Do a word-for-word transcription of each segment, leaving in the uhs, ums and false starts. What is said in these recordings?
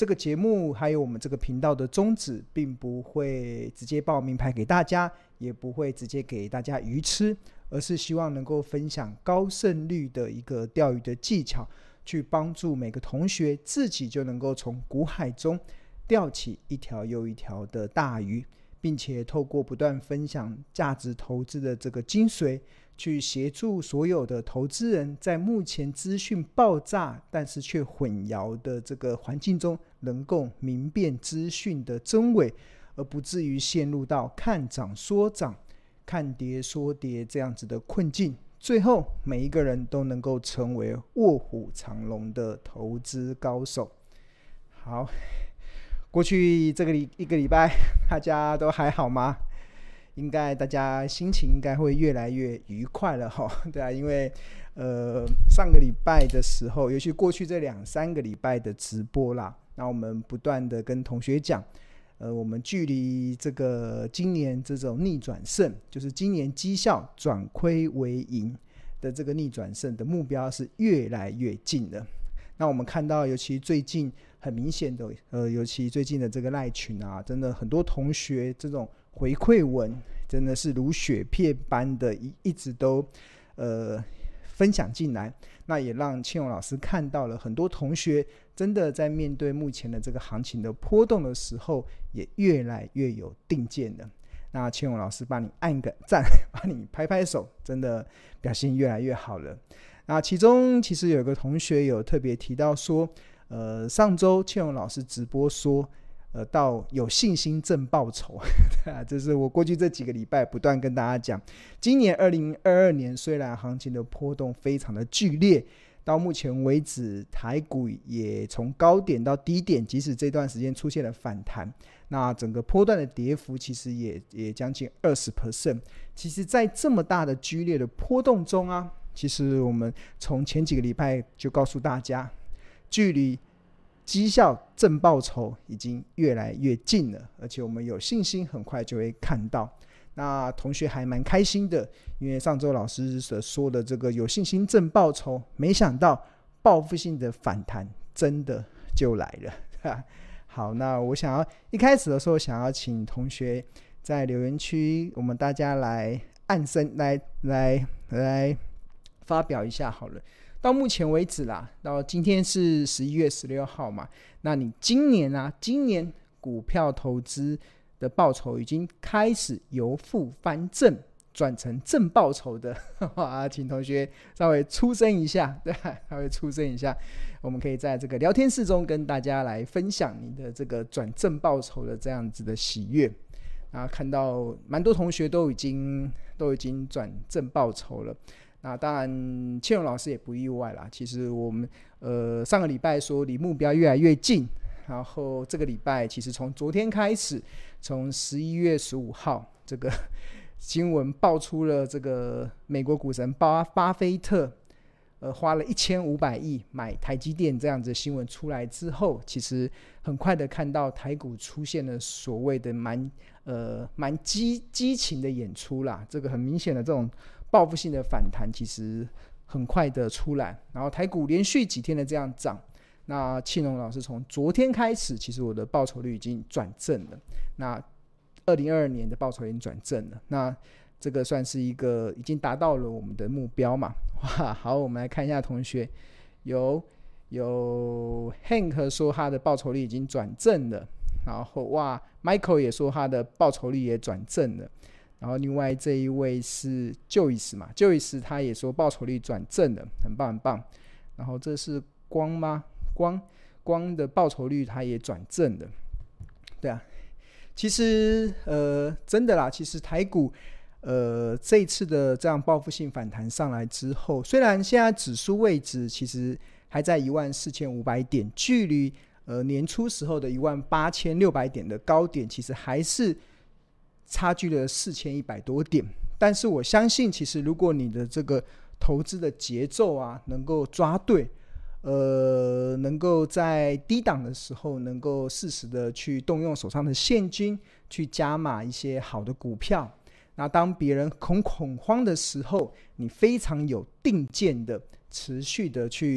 这个节目还有我们这个频道的宗旨并不会直接报名牌给大家，也不会直接给大家鱼吃，而是希望能够分享高胜率的一个钓鱼的技巧，去帮助每个同学自己就能够从股海中钓起一条又一条的大鱼，并且透过不断分享价值投资的这个精髓，去协助所有的投资人在目前资讯爆炸但是却混淆的这个环境中，能够明辨资讯的真伪，而不至于陷入到看涨说涨、看跌说跌这样子的困境，最后每一个人都能够成为卧虎藏龙的投资高手。好，过去这个一个礼拜大家都还好吗？应该大家心情应该会越来越愉快了齁，对啊，因为呃上个礼拜的时候，尤其过去这两三个礼拜的直播啦，那我们不断的跟同学讲，呃，我们距离这个今年这种逆转胜，就是今年绩效转亏为盈的这个逆转胜的目标是越来越近了。那我们看到，尤其最近很明显的，呃，尤其最近的这个赖群啊，真的很多同学这种回馈文真的是如雪片般的一一直都呃分享进来，那也让庆荣老师看到了很多同学真的在面对目前的这个行情的波动的时候，也越来越有定见了。那庆荣老师帮你按个赞，帮你拍拍手，真的表现越来越好了。那其中其实有个同学有特别提到说，呃，上周庆荣老师直播说，呃，到有信心挣报酬，这是我过去这几个礼拜不断跟大家讲。今年二零二二年虽然行情的波动非常的剧烈，到目前为止台股也从高点到低点，即使这段时间出现了反弹，那整个波段的跌幅其实也也将近 百分之二十。 其实在这么大的剧烈的波动中啊，其实我们从前几个礼拜就告诉大家，距离绩效正报酬已经越来越近了，而且我们有信心很快就会看到。那同学还蛮开心的，因为上周老师所说的这个有信心正报酬，没想到报复性的反弹真的就来了。好，那我想要一开始的时候想要请同学在留言区我们大家来按声来来来发表一下好了。到目前为止啦，到今天是十一月十六号嘛，那你今年啊，今年股票投资的报酬已经开始由负翻正，转成正报酬的，请同学稍微出声一下，对，稍微出声一下，我们可以在这个聊天室中跟大家来分享你的这个转正报酬的这样子的喜悦。那看到蛮多同学都已经都已经转正报酬了。那当然庆荣老师也不意外啦，其实我们呃上个礼拜说离目标越来越近，然后这个礼拜其实从昨天开始，从十一月十五号这个新闻爆出了这个美国股神巴巴菲特呃花了一千五百亿买台积电这样子的新闻出来之后，其实很快的看到台股出现了所谓的蛮呃蛮激激情的演出啦，这个很明显的这种报复性的反弹其实很快的出来，然后台股连续几天的这样涨。那庆荣老师从昨天开始，其实我的报酬率已经转正了，那二零二二年的报酬已经转正了，那这个算是一个已经达到了我们的目标嘛。哇，好，我们来看一下同学，有有 Hank 说他的报酬率已经转正了，然后哇 Michael 也说他的报酬率也转正了，然后另外这一位是 Joyce 嘛 Joyce 他也说报酬率转正了，很棒很棒。然后这是光吗？光光的报酬率他也转正了，对啊。其实呃真的啦，其实台股呃这一次的这样报复性反弹上来之后，虽然现在指数位置其实还在一万四千五百点，距离呃年初时候的一万八千六百点的高点其实还是差距了四千一百多点，但是我相信其实如果你的这个投资的节奏啊能够抓对，呃，能够在低档的时候能够适时的去动用手上的现金去加码一些好的股票，那当别人恐恐慌的时候，你非常有定见的持续的去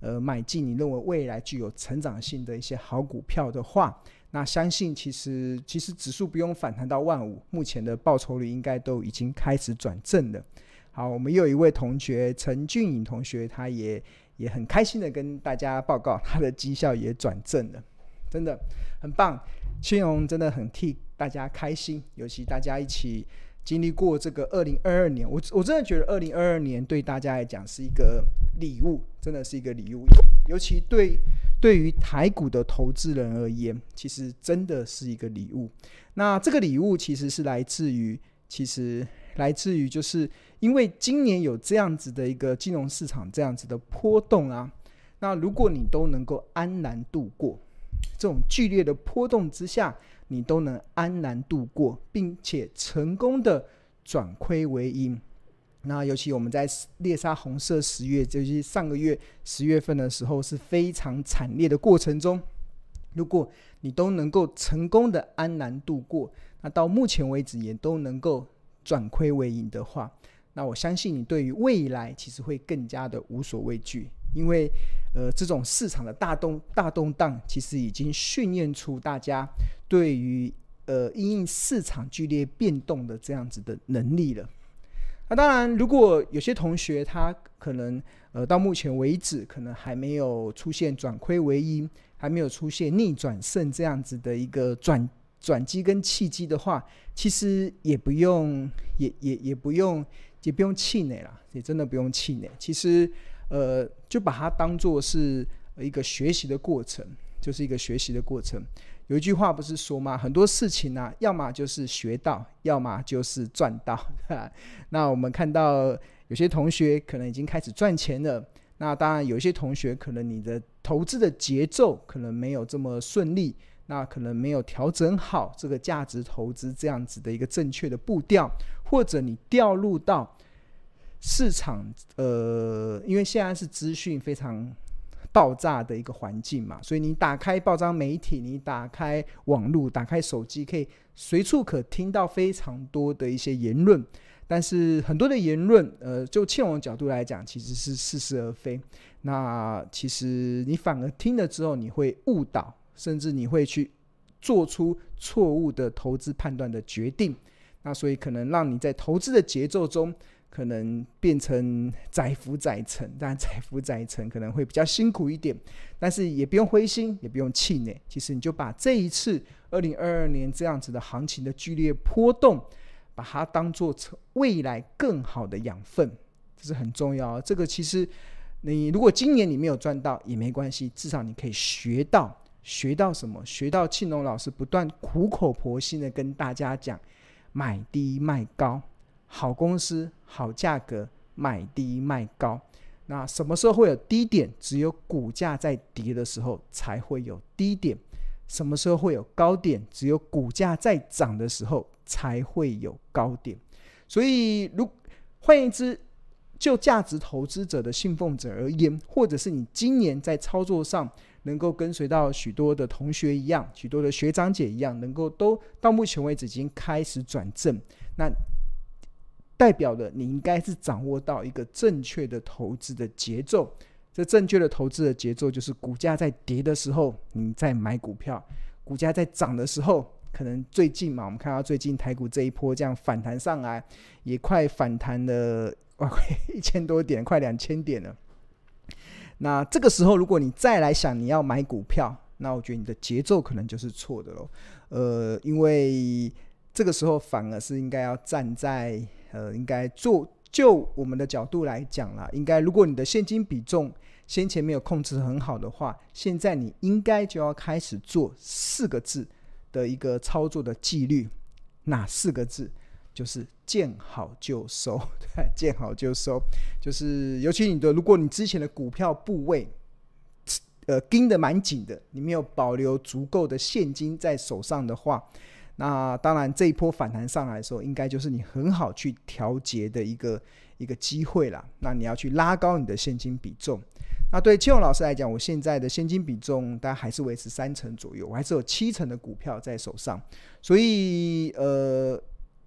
呃买进你认为未来具有成长性的一些好股票的话，那相信其实其实指数不用反弹到万五，目前的报酬率应该都已经开始转正了。好，我们又有一位同学陈俊颖同学，他也也很开心的跟大家报告，他的绩效也转正了，真的很棒。庆荣真的很替大家开心，尤其大家一起经历过这个二零二二年，我我真的觉得二零二二年对大家来讲是一个礼物，真的是一个礼物，尤其对对于台股的投资人而言，其实真的是一个礼物。那这个礼物其实是来自于，其实来自于就是因为今年有这样子的一个金融市场这样子的波动啊，那如果你都能够安然度过这种剧烈的波动之下，你都能安然度过，并且成功的转亏为盈。那尤其我们在猎杀红色十月，就是上个月十月份的时候是非常惨烈的过程中，如果你都能够成功的安然度过，那到目前为止也都能够转亏为盈的话，那我相信你对于未来其实会更加的无所畏惧，因为呃，这种市场的大动大动荡其实已经训练出大家对于呃因应市场剧烈变动的这样子的能力了。那当然如果有些同学他可能呃到目前为止可能还没有出现转亏为盈，还没有出现逆转胜这样子的一个转转机跟契机的话，其实也不用也也也不用也不用气馁啦，也真的不用气馁。其实呃就把它当作是一个学习的过程，就是一个学习的过程。有一句话不是说吗？很多事情啊，要么就是学到，要么就是赚到。那我们看到有些同学可能已经开始赚钱了，那当然有些同学可能你的投资的节奏可能没有这么顺利，那可能没有调整好这个价值投资这样子的一个正确的步调，或者你掉入到市场呃，因为现在是资讯非常爆炸的一个环境嘛，所以你打开报章媒体，你打开网络，打开手机，可以随处可听到非常多的一些言论，但是很多的言论呃，就庆荣的角度来讲其实是似是而非。那其实你反而听了之后你会误导，甚至你会去做出错误的投资判断的决定，那所以可能让你在投资的节奏中可能变成载浮载沉，当然载浮载沉可能会比较辛苦一点，但是也不用灰心，也不用气馁。其实你就把这一次二零二二年这样子的行情的剧烈波动，把它当作未来更好的养分，这是很重要。这个其实你如果今年你没有赚到也没关系，至少你可以学到学到什么？学到庆荣老师不断苦口婆心的跟大家讲，买低卖高，好公司好价格，买低卖高。那什么时候会有低点？只有股价在跌的时候才会有低点。什么时候会有高点？只有股价在涨的时候才会有高点。所以如换言之，就价值投资者的信奉者而言，或者是你今年在操作上能够跟随到许多的同学一样，许多的学长姐一样，能够都到目前为止已经开始转正，那代表了你应该是掌握到一个正确的投资的节奏。这正确的投资的节奏就是股价在跌的时候你再买股票，股价在涨的时候，可能最近嘛，我们看到最近台股这一波这样反弹上来，也快反弹了哇，一千多点，快两千点了。那这个时候如果你再来想你要买股票，那我觉得你的节奏可能就是错的咯。呃，因为这个时候反而是应该要站在呃，应该做就我们的角度来讲啦，应该如果你的现金比重先前没有控制很好的话，现在你应该就要开始做四个字的一个操作的纪律。哪四个字？就是见好就收。对，见好就收，就是尤其你的，如果你之前的股票部位呃盯得蛮紧的，你没有保留足够的现金在手上的话，那当然这一波反弹上来的时候，应该就是你很好去调节的一个一个机会啦。那你要去拉高你的现金比重。那对庆荣老师来讲，我现在的现金比重大概还是维持三成左右，我还是有七成的股票在手上，所以呃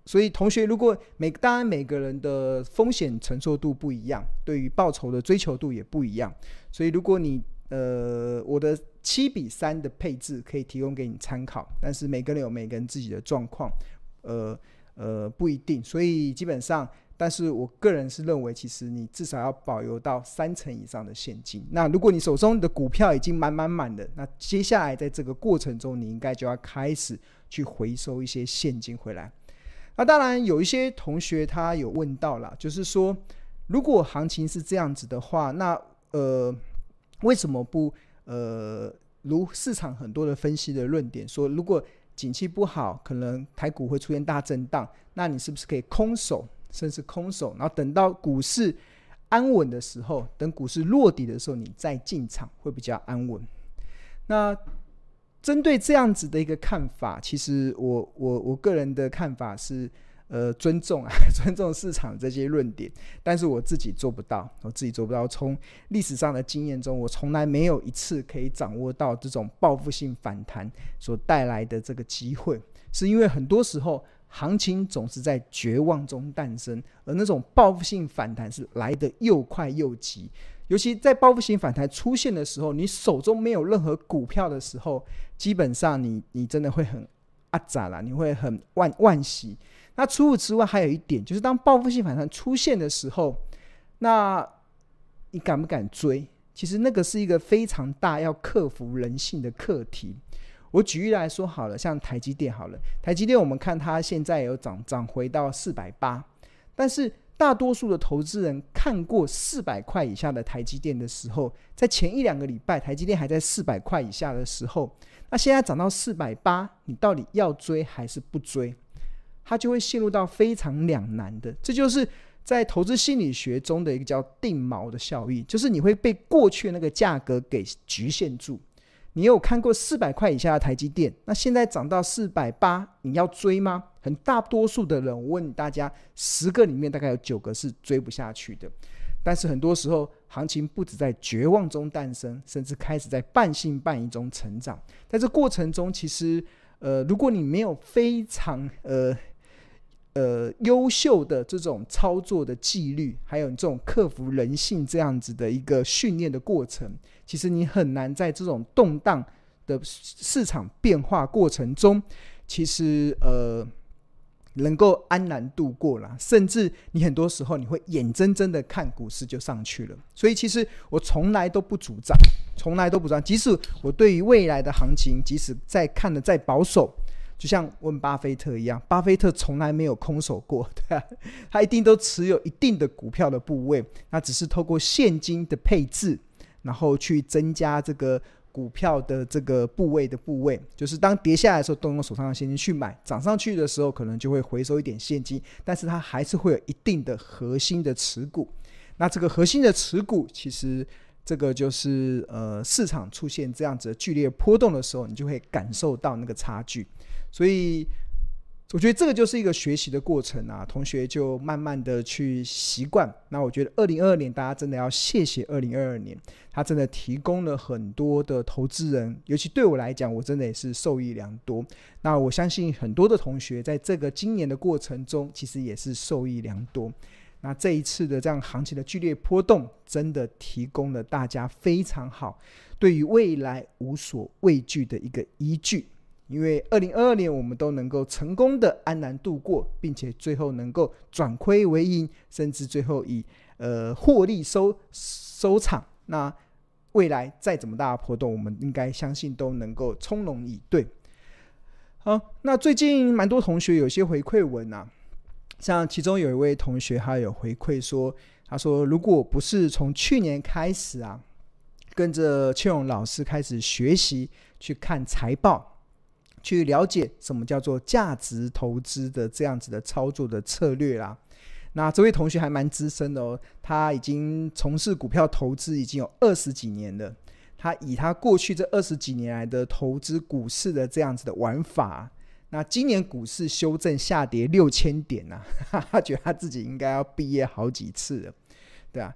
所以同学如果每当然每个人的风险承受度不一样，对于报酬的追求度也不一样，所以如果你呃我的七比三的配置可以提供给你参考，但是每个人有每个人自己的状况，呃呃不一定，所以基本上但是我个人是认为其实你至少要保留到三成以上的现金。那如果你手中的股票已经满满满的，那接下来在这个过程中你应该就要开始去回收一些现金回来。那当然有一些同学他有问到啦，就是说如果行情是这样子的话，那呃为什么不呃如市场很多的分析的论点说，如果景气不好可能台股会出现大震荡，那你是不是可以空手甚至空手，然后等到股市安稳的时候，等股市落底的时候你再进场会比较安稳。那针对这样子的一个看法，其实我我我个人的看法是呃尊重啊尊重市场这些论点，但是我自己做不到，我自己做不到。从历史上的经验中，我从来没有一次可以掌握到这种报复性反弹所带来的这个机会，是因为很多时候行情总是在绝望中诞生，而那种报复性反弹是来得又快又急。尤其在报复性反弹出现的时候，你手中没有任何股票的时候，基本上你你真的会很阿杂啦，你会很惋惋惜。那除此之外还有一点，就是当报复性反弹出现的时候，那你敢不敢追？其实那个是一个非常大要克服人性的课题。我举例来说好了，像台积电好了，台积电我们看它现在有涨涨回到四百八，但是大多数的投资人看过四百块以下的台积电的时候，在前一两个礼拜台积电还在四百块以下的时候，那现在涨到四百八，你到底要追还是不追？它就会陷入到非常两难的。这就是在投资心理学中的一个叫定锚的效应，就是你会被过去那个价格给局限住。你有看过四百块以下的台积电，那现在涨到四百八，你要追吗？很大多数的人，我问大家，十个里面大概有九个是追不下去的。但是很多时候行情不止在绝望中诞生，甚至开始在半信半疑中成长。在这过程中其实呃，如果你没有非常呃呃优秀的这种操作的纪律，还有这种克服人性这样子的一个训练的过程，其实你很难在这种动荡的市场变化过程中，其实呃能够安然度过啦，甚至你很多时候你会眼睁睁的看股市就上去了。所以其实我从来都不主张，从来都不主张，即使我对于未来的行情，即使再看得再保守，就像问巴菲特一样，巴菲特从来没有空手过，对啊，他一定都持有一定的股票的部位，那只是透过现金的配置，然后去增加这个股票的这个部位的部位，就是当跌下来的时候动用手上的现金去买，涨上去的时候可能就会回收一点现金，但是它还是会有一定的核心的持股。那这个核心的持股，其实这个就是呃市场出现这样子的剧烈波动的时候，你就会感受到那个差距。所以我觉得这个就是一个学习的过程啊，同学就慢慢的去习惯。那我觉得二零二二年大家真的要谢谢二零二二年，他真的提供了很多的投资人，尤其对我来讲，我真的也是受益良多。那我相信很多的同学在这个今年的过程中，其实也是受益良多。那这一次的这样行情的剧烈波动，真的提供了大家非常好对于未来无所畏惧的一个依据。因为二零二二年我们都能够成功的安然度过，并且最后能够转亏为盈，甚至最后以呃获利收收场。那未来再怎么大的波动，我们应该相信都能够从容以对。好，那最近蛮多同学有些回馈文啊，像其中有一位同学他有回馈说，他说如果不是从去年开始啊，跟着邱勇老师开始学习去看财报，去了解什么叫做价值投资的这样子的操作的策略啦。那这位同学还蛮资深的哦，他已经从事股票投资已经有二十几年了。他以他过去这二十几年来的投资股市的这样子的玩法，那今年股市修正下跌六千点啊，他觉得他自己应该要毕业好几次了，对啊。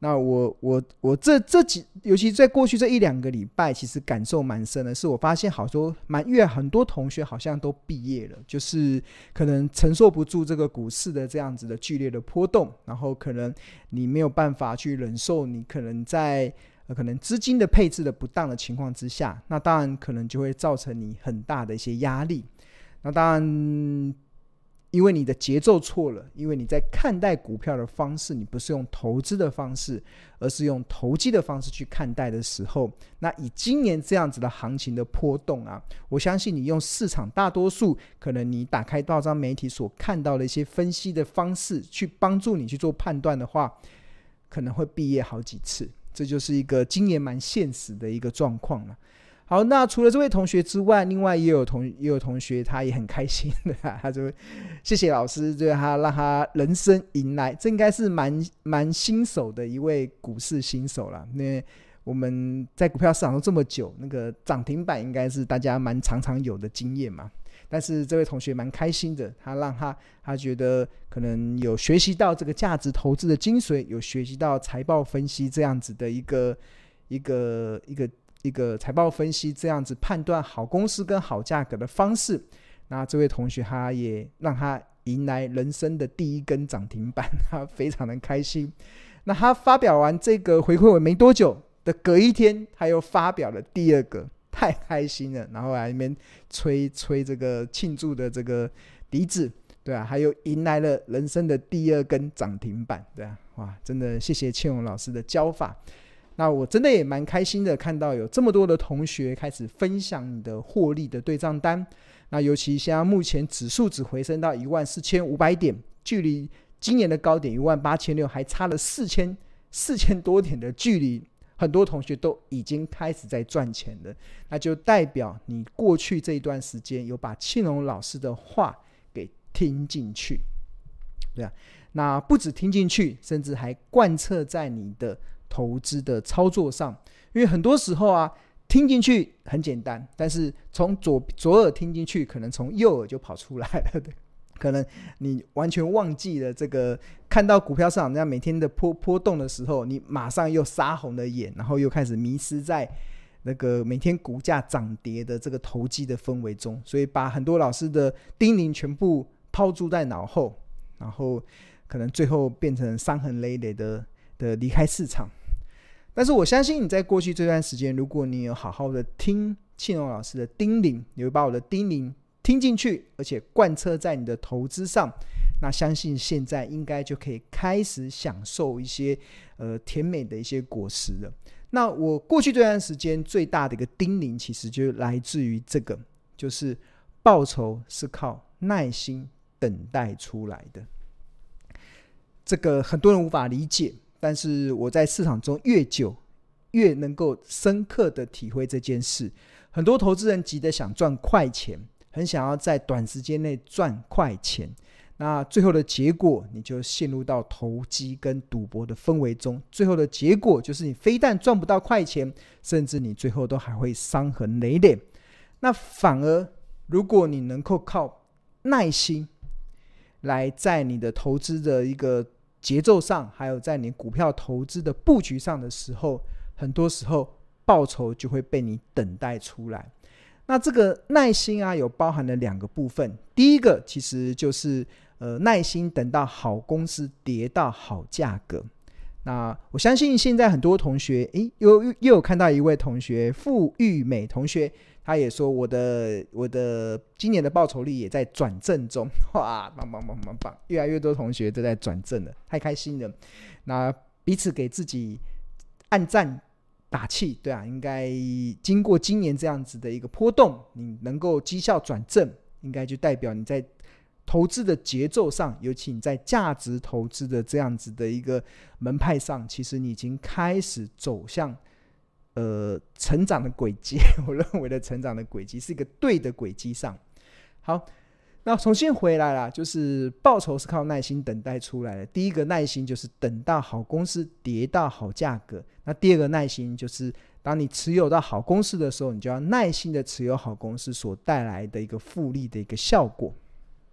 那我我我这这几，尤其在过去这一两个礼拜，其实感受蛮深的，是我发现好多蛮越很多同学好像都毕业了，就是可能承受不住这个股市的这样子的剧烈的波动，然后可能你没有办法去忍受，你可能在、呃、可能资金的配置的不当的情况之下，那当然可能就会造成你很大的一些压力。那当然因为你的节奏错了，因为你在看待股票的方式，你不是用投资的方式，而是用投机的方式去看待的时候，那以今年这样子的行情的波动啊，我相信你用市场大多数可能你打开报章媒体所看到的一些分析的方式去帮助你去做判断的话，可能会毕业好几次，这就是一个今年蛮现实的一个状况了。好，那除了这位同学之外，另外也有同也有同学他也很开心的，他就谢谢老师，就是他让他人生迎来，这应该是蛮蛮新手的一位股市新手啦，因为我们在股票市场中这么久，那个涨停板应该是大家蛮常常有的经验嘛。但是这位同学蛮开心的，他让他他觉得可能有学习到这个价值投资的精髓，有学习到财报分析这样子的一个一个一个一个财报分析这样子判断好公司跟好价格的方式。那这位同学他也让他迎来人生的第一根涨停板，他非常的开心。那他发表完这个回馈文没多久的隔一天，他又发表了第二个，太开心了，然后来那边吹吹这个庆祝的这个笛子，对啊，还有迎来了人生的第二根涨停板，对啊，哇，真的谢谢倩蓉老师的教法。那我真的也蛮开心的，看到有这么多的同学开始分享你的获利的对账单。那尤其现在目前指数只回升到一万四千五百点，距离今年的高点一万八千六还差了四千四千多点的距离，很多同学都已经开始在赚钱了，那就代表你过去这一段时间有把庆蓉老师的话给听进去，对啊，那不止听进去，甚至还贯彻在你的投资的操作上。因为很多时候啊，听进去很简单，但是从 左, 左耳听进去，可能从右耳就跑出来了，对，可能你完全忘记了这个，看到股票市场那样每天的 波, 波动的时候，你马上又杀红了眼，然后又开始迷失在那个每天股价涨跌的这个投机的氛围中，所以把很多老师的叮咛全部抛诸在脑后，然后可能最后变成伤痕累累的的离开市场。但是我相信你在过去这段时间，如果你有好好的听庆蓉老师的叮咛，你会把我的叮咛听进去，而且贯彻在你的投资上，那相信现在应该就可以开始享受一些呃甜美的一些果实了。那我过去这段时间最大的一个叮咛，其实就来自于这个，就是报酬是靠耐心等待出来的。这个很多人无法理解，但是我在市场中越久，越能够深刻的体会这件事。很多投资人急着想赚快钱，很想要在短时间内赚快钱，那最后的结果你就陷入到投机跟赌博的氛围中，最后的结果就是你非但赚不到快钱，甚至你最后都还会伤痕累累。那反而如果你能够靠耐心来在你的投资的一个节奏上，还有在你股票投资的布局上的时候，很多时候报酬就会被你等待出来。那这个耐心啊，有包含了两个部分。第一个其实就是呃耐心等到好公司跌到好价格。那我相信现在很多同学，诶，又又有看到一位同学傅玉美同学，他也说我的我的今年的报酬率也在转正中，哇，棒棒棒棒棒！越来越多同学都在转正了，太开心了。那彼此给自己按赞打气，对啊，应该经过今年这样子的一个波动，你能够绩效转正，应该就代表你在投资的节奏上，尤其你在价值投资的这样子的一个门派上，其实你已经开始走向呃成长的轨迹。我认为的成长的轨迹是一个对的轨迹上。好，那重新回来啦，就是报酬是靠耐心等待出来的。第一个耐心就是等到好公司跌到好价格，那第二个耐心就是当你持有到好公司的时候，你就要耐心的持有好公司所带来的一个复利的一个效果。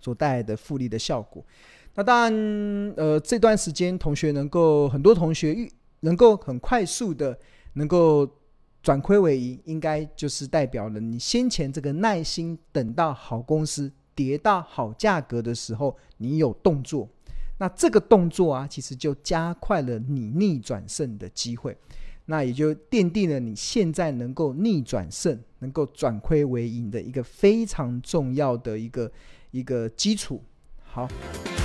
所带来的复利的效果。那当然呃，这段时间同学能够很多同学能够很快速的能够转亏为盈，应该就是代表了你先前这个耐心等到好公司跌到好价格的时候你有动作，那这个动作啊其实就加快了你逆转胜的机会，那也就奠定了你现在能够逆转胜能够转亏为盈的一个非常重要的一个一个基础。好。